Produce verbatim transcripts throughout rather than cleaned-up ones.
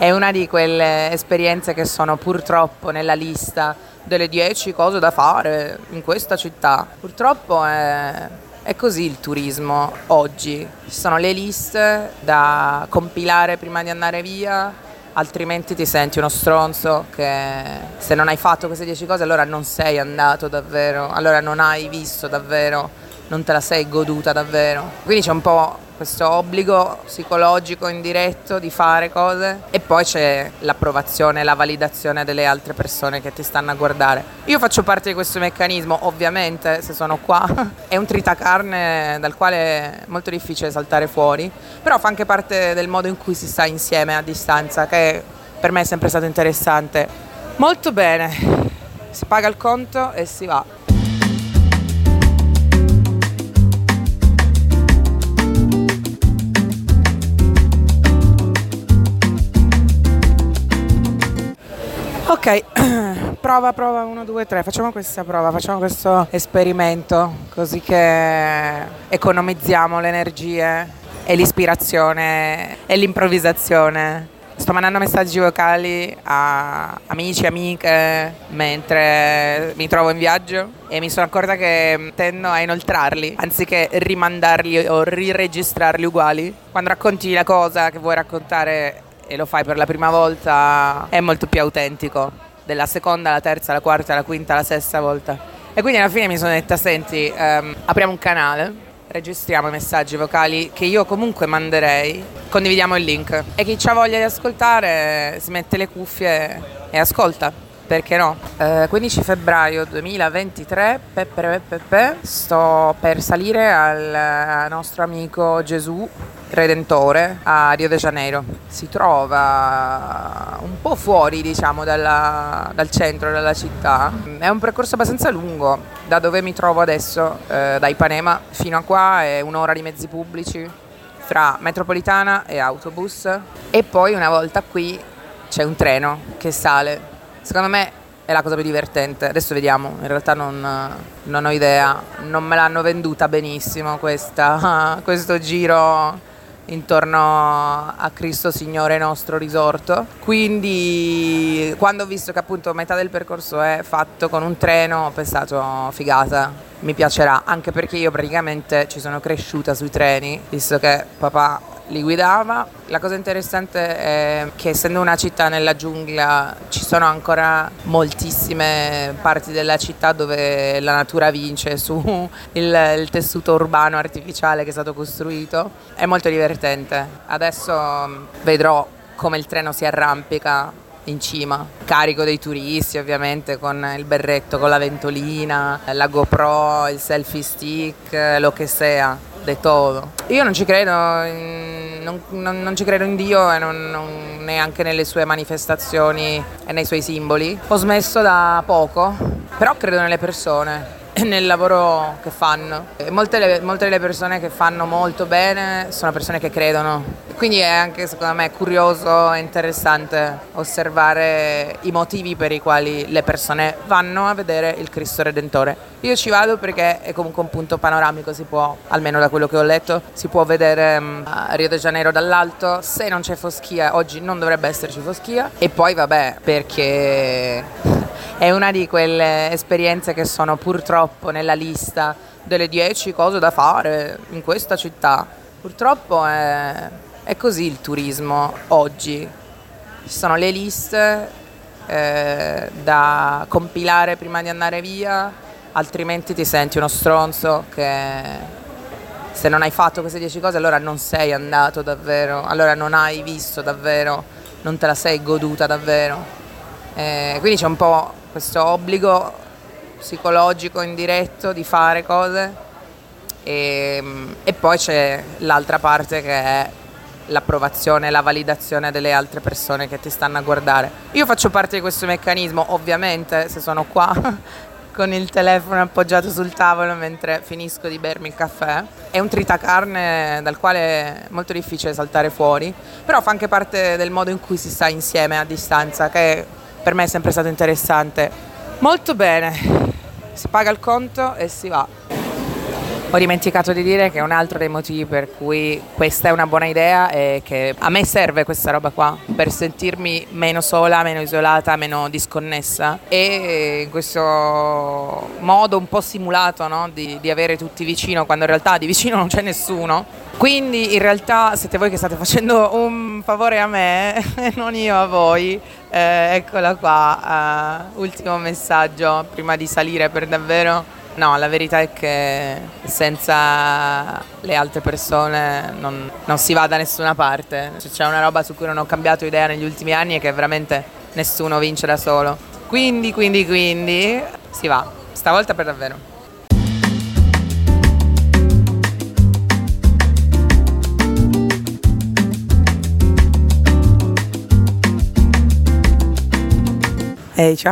È una di quelle esperienze che sono purtroppo nella lista delle dieci cose da fare in questa città. Purtroppo è, è così il turismo oggi. Ci sono le liste da compilare prima di andare via, altrimenti ti senti uno stronzo che se non hai fatto queste dieci cose allora non sei andato davvero, allora non hai visto davvero, non te la sei goduta davvero. Quindi c'è un po' questo obbligo psicologico indiretto di fare cose e poi c'è l'approvazione, la validazione delle altre persone che ti stanno a guardare. Io faccio parte di questo meccanismo, ovviamente, se sono qua. È un tritacarne dal quale è molto difficile saltare fuori, però fa anche parte del modo in cui si sta insieme a distanza, che per me è sempre stato interessante. Molto bene, si paga il conto e si va. Ok, prova, prova, uno, due, tre, facciamo questa prova, facciamo questo esperimento, così che economizziamo le energie e l'ispirazione e l'improvvisazione. Sto mandando messaggi vocali a amici, amiche, mentre mi trovo in viaggio e mi sono accorta che tendo a inoltrarli, anziché rimandarli o riregistrarli uguali. Quando racconti la cosa che vuoi raccontare e lo fai per la prima volta è molto più autentico della seconda, la terza, la quarta, la quinta, la sesta volta. E quindi alla fine mi sono detta, senti, ehm, apriamo un canale, registriamo i messaggi vocali che io comunque manderei, condividiamo il link e chi ha voglia di ascoltare si mette le cuffie e ascolta, perché no? Eh, quindici febbraio duemilaventitré, pepe, pepe, pepe, sto per salire al nostro amico Gesù Redentore a Rio de Janeiro. Si trova un po' fuori, diciamo, dalla, dal centro della città. È un percorso abbastanza lungo. Da dove mi trovo adesso, eh, da Ipanema fino a qua, è un'ora di mezzi pubblici tra metropolitana e autobus. E poi una volta qui c'è un treno che sale. Secondo me è la cosa più divertente. Adesso vediamo, in realtà non, non ho idea. Non me l'hanno venduta benissimo questa, questo giro intorno a Cristo Signore nostro risorto. Quindi quando ho visto che appunto metà del percorso è fatto con un treno ho pensato figata, mi piacerà, anche perché io praticamente ci sono cresciuta sui treni, visto che papà li guidava. La cosa interessante è che essendo una città nella giungla ci sono ancora moltissime parti della città dove la natura vince su il, il tessuto urbano artificiale che è stato costruito. È molto divertente. Adesso vedrò come il treno si arrampica in cima, carico dei turisti ovviamente, con il berretto, con la ventolina, la GoPro, il selfie stick, lo che sia, de todo. Io non ci credo, in, non, non, non ci credo in Dio e non, non, neanche nelle sue manifestazioni e nei suoi simboli. Ho smesso da poco, però credo nelle persone e nel lavoro che fanno. E molte, molte delle persone che fanno molto bene sono persone che credono. Quindi è anche secondo me curioso e interessante osservare i motivi per i quali le persone vanno a vedere il Cristo Redentore. Io ci vado perché è comunque un punto panoramico, si può, almeno da quello che ho letto, si può vedere um, a Rio de Janeiro dall'alto. Se non c'è foschia, oggi non dovrebbe esserci foschia. E poi vabbè, perché è una di quelle esperienze che sono purtroppo nella lista delle dieci cose da fare in questa città. Purtroppo è... È così il turismo oggi. Ci sono le liste eh, da compilare prima di andare via, altrimenti ti senti uno stronzo che se non hai fatto queste dieci cose allora non sei andato davvero, allora non hai visto davvero, non te la sei goduta davvero. Eh, quindi c'è un po' questo obbligo psicologico indiretto di fare cose e, e poi c'è l'altra parte che è l'approvazione, la validazione delle altre persone che ti stanno a guardare. Io faccio parte di questo meccanismo, ovviamente, se sono qua con il telefono appoggiato sul tavolo mentre finisco di bermi il caffè. È un tritacarne dal quale è molto difficile saltare fuori, però fa anche parte del modo in cui si sta insieme a distanza, che per me è sempre stato interessante. Molto bene, si paga il conto e si va. Ho dimenticato di dire che un altro dei motivi per cui questa è una buona idea è che a me serve questa roba qua per sentirmi meno sola, meno isolata, meno disconnessa, e in questo modo un po' simulato, no? di, di avere tutti vicino quando in realtà di vicino non c'è nessuno. Quindi in realtà siete voi che state facendo un favore a me e non io a voi. Eh, eccola qua, uh, ultimo messaggio prima di salire per davvero. No, la verità è che senza le altre persone non, non si va da nessuna parte. Cioè, c'è una roba su cui non ho cambiato idea negli ultimi anni, e che veramente nessuno vince da solo. Quindi, quindi, quindi si va, stavolta per davvero. Ehi, hey,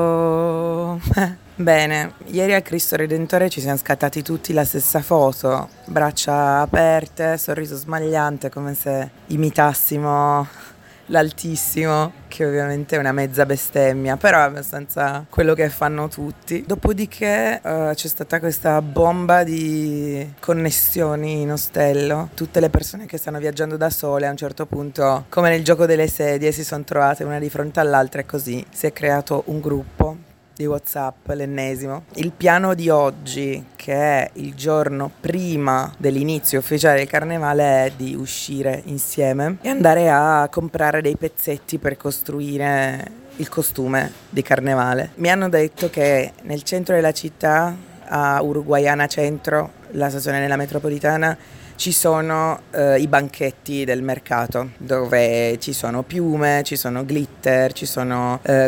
ciao! Bene, ieri al Cristo Redentore ci siamo scattati tutti la stessa foto, braccia aperte, sorriso smagliante, come se imitassimo l'Altissimo, che ovviamente è una mezza bestemmia, però è abbastanza quello che fanno tutti. Dopodiché uh, c'è stata questa bomba di connessioni in ostello, tutte le persone che stanno viaggiando da sole a un certo punto, come nel gioco delle sedie, si sono trovate una di fronte all'altra, e così si è creato un gruppo di WhatsApp, l'ennesimo. Il piano di oggi, che è il giorno prima dell'inizio ufficiale del carnevale, è di uscire insieme e andare a comprare dei pezzetti per costruire il costume di carnevale. Mi hanno detto che nel centro della città, a Uruguaiana Centro, la stazione della metropolitana, ci sono eh, i banchetti del mercato, dove ci sono piume, ci sono glitter, ci sono eh,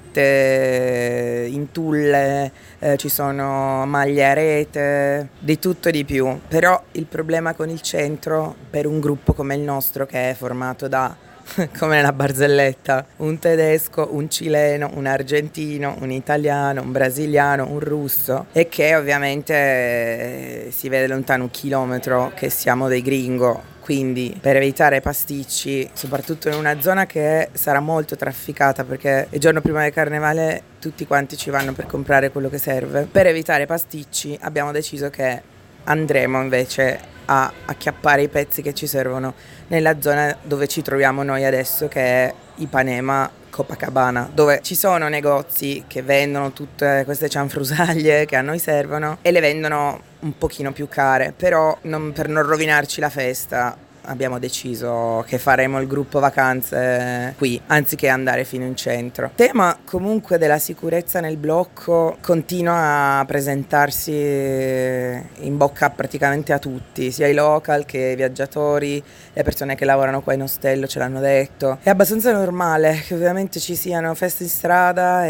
gonnette in tulle, eh, ci sono maglie a rete, di tutto e di più. Però il problema con il centro, per un gruppo come il nostro, che è formato da, come nella barzelletta, un tedesco, un cileno, un argentino, un italiano, un brasiliano, un russo, e che ovviamente eh, si vede lontano un chilometro che siamo dei gringo. Quindi per evitare pasticci, soprattutto in una zona che sarà molto trafficata, perché il giorno prima del carnevale tutti quanti ci vanno per comprare quello che serve, per evitare pasticci abbiamo deciso che andremo invece a acchiappare i pezzi che ci servono nella zona dove ci troviamo noi adesso, che è Ipanema, Copacabana, dove ci sono negozi che vendono tutte queste cianfrusaglie che a noi servono e le vendono un pochino più care, però non, per non rovinarci la festa abbiamo deciso che faremo il gruppo vacanze qui, anziché andare fino in centro. Il tema comunque della sicurezza nel blocco continua a presentarsi in bocca praticamente a tutti, sia i local che i viaggiatori, le persone che lavorano qua in ostello ce l'hanno detto. È abbastanza normale che ovviamente ci siano feste in strada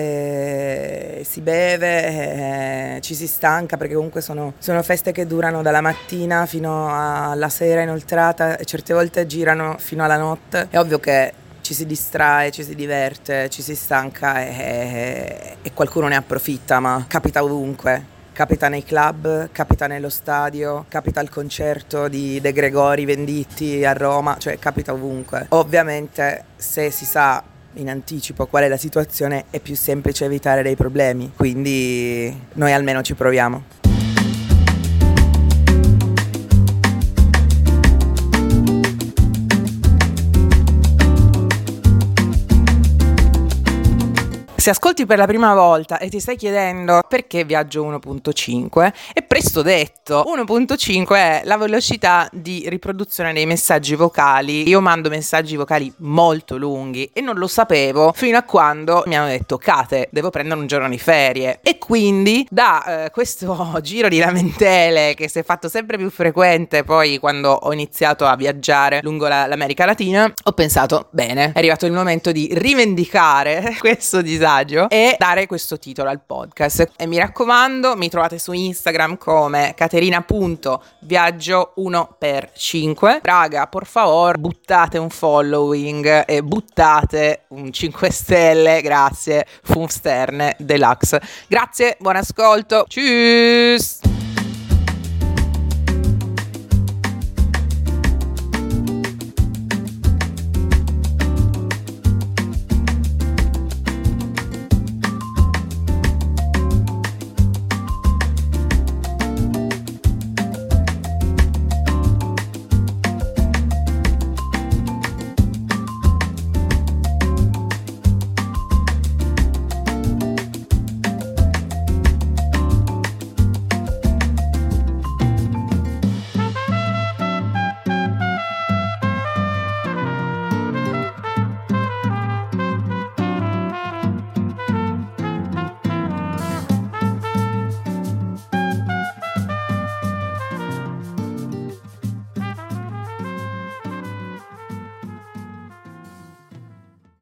e si beve, e ci si stanca, perché comunque sono, sono feste che durano dalla mattina fino alla sera inoltrata, e certe volte girano fino alla notte. È ovvio che ci si distrae, ci si diverte, ci si stanca e, e qualcuno ne approfitta, ma capita ovunque. Capita nei club, capita nello stadio, capita al concerto di De Gregori Venditti a Roma, cioè capita ovunque. Ovviamente se si sa in anticipo qual è la situazione è più semplice evitare dei problemi, quindi noi almeno ci proviamo. Se ascolti per la prima volta e ti stai chiedendo perché viaggio uno punto cinque, è presto detto. uno punto cinque è la velocità di riproduzione dei messaggi vocali. Io mando messaggi vocali molto lunghi e non lo sapevo fino a quando mi hanno detto: Kate, devo prendere un giorno di ferie. E quindi da eh, questo giro di lamentele che si è fatto sempre più frequente poi quando ho iniziato a viaggiare lungo la, l'America Latina, ho pensato, bene, è arrivato il momento di rivendicare questo disagio e dare questo titolo al podcast. E mi raccomando, mi trovate su Instagram come caterina punto viaggio uno per cinque. Raga, por favor, buttate un following e buttate un cinque stelle, grazie, Funsterne Deluxe. Grazie, buon ascolto, tschüss!